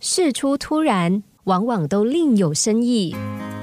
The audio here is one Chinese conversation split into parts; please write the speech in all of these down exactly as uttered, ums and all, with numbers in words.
事出突然，往往都另有深意。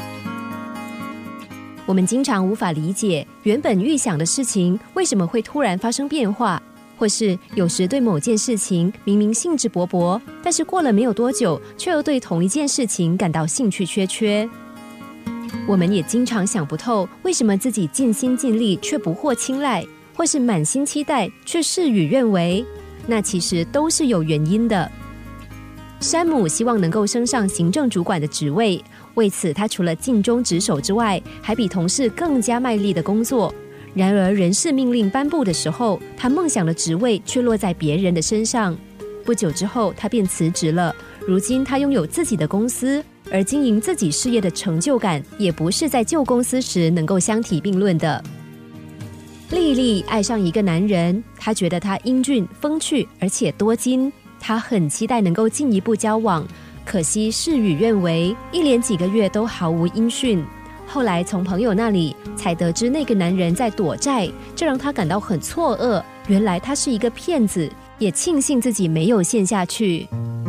我们经常无法理解原本预想的事情为什么会突然发生变化，或是有时对某件事情明明兴致勃勃，但是过了没有多久，却又对同一件事情感到兴趣缺缺。我们也经常想不透，为什么自己尽心尽力却不获青睐，或是满心期待却事与愿违，那其实都是有原因的。山姆希望能够升上行政主管的职位，为此他除了尽忠职守之外，还比同事更加卖力的工作。然而人事命令颁布的时候，他梦想的职位却落在别人的身上。不久之后他便辞职了，如今他拥有自己的公司，而经营自己事业的成就感也不是在旧公司时能够相提并论的。莉莉爱上一个男人，她觉得他英俊风趣而且多金，她很期待能够进一步交往，可惜事与愿违，一连几个月都毫无音讯。后来从朋友那里才得知那个男人在躲债，这让她感到很错愕，原来他是一个骗子，也庆幸自己没有陷下去。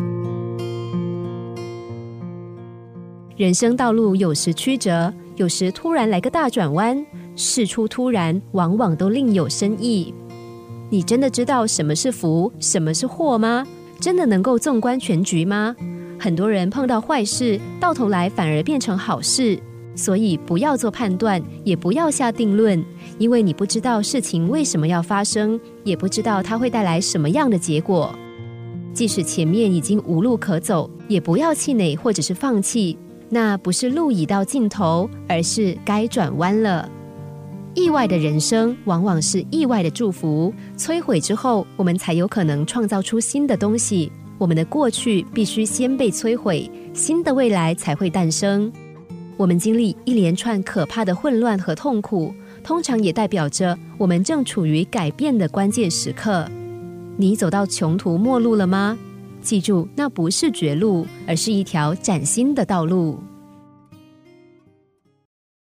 人生道路有时曲折，有时突然来个大转弯，事出突然，往往都另有深意。你真的知道什么是福，什么是祸吗？真的能够纵观全局吗？很多人碰到坏事，到头来反而变成好事，所以不要做判断，也不要下定论，因为你不知道事情为什么要发生，也不知道它会带来什么样的结果。即使前面已经无路可走，也不要气馁或者是放弃，那不是路已到尽头，而是该转弯了。意外的人生往往是意外的祝福，摧毁之后，我们才有可能创造出新的东西。我们的过去必须先被摧毁，新的未来才会诞生。我们经历一连串可怕的混乱和痛苦，通常也代表着我们正处于改变的关键时刻。你走到穷途末路了吗？记住，那不是绝路，而是一条崭新的道路。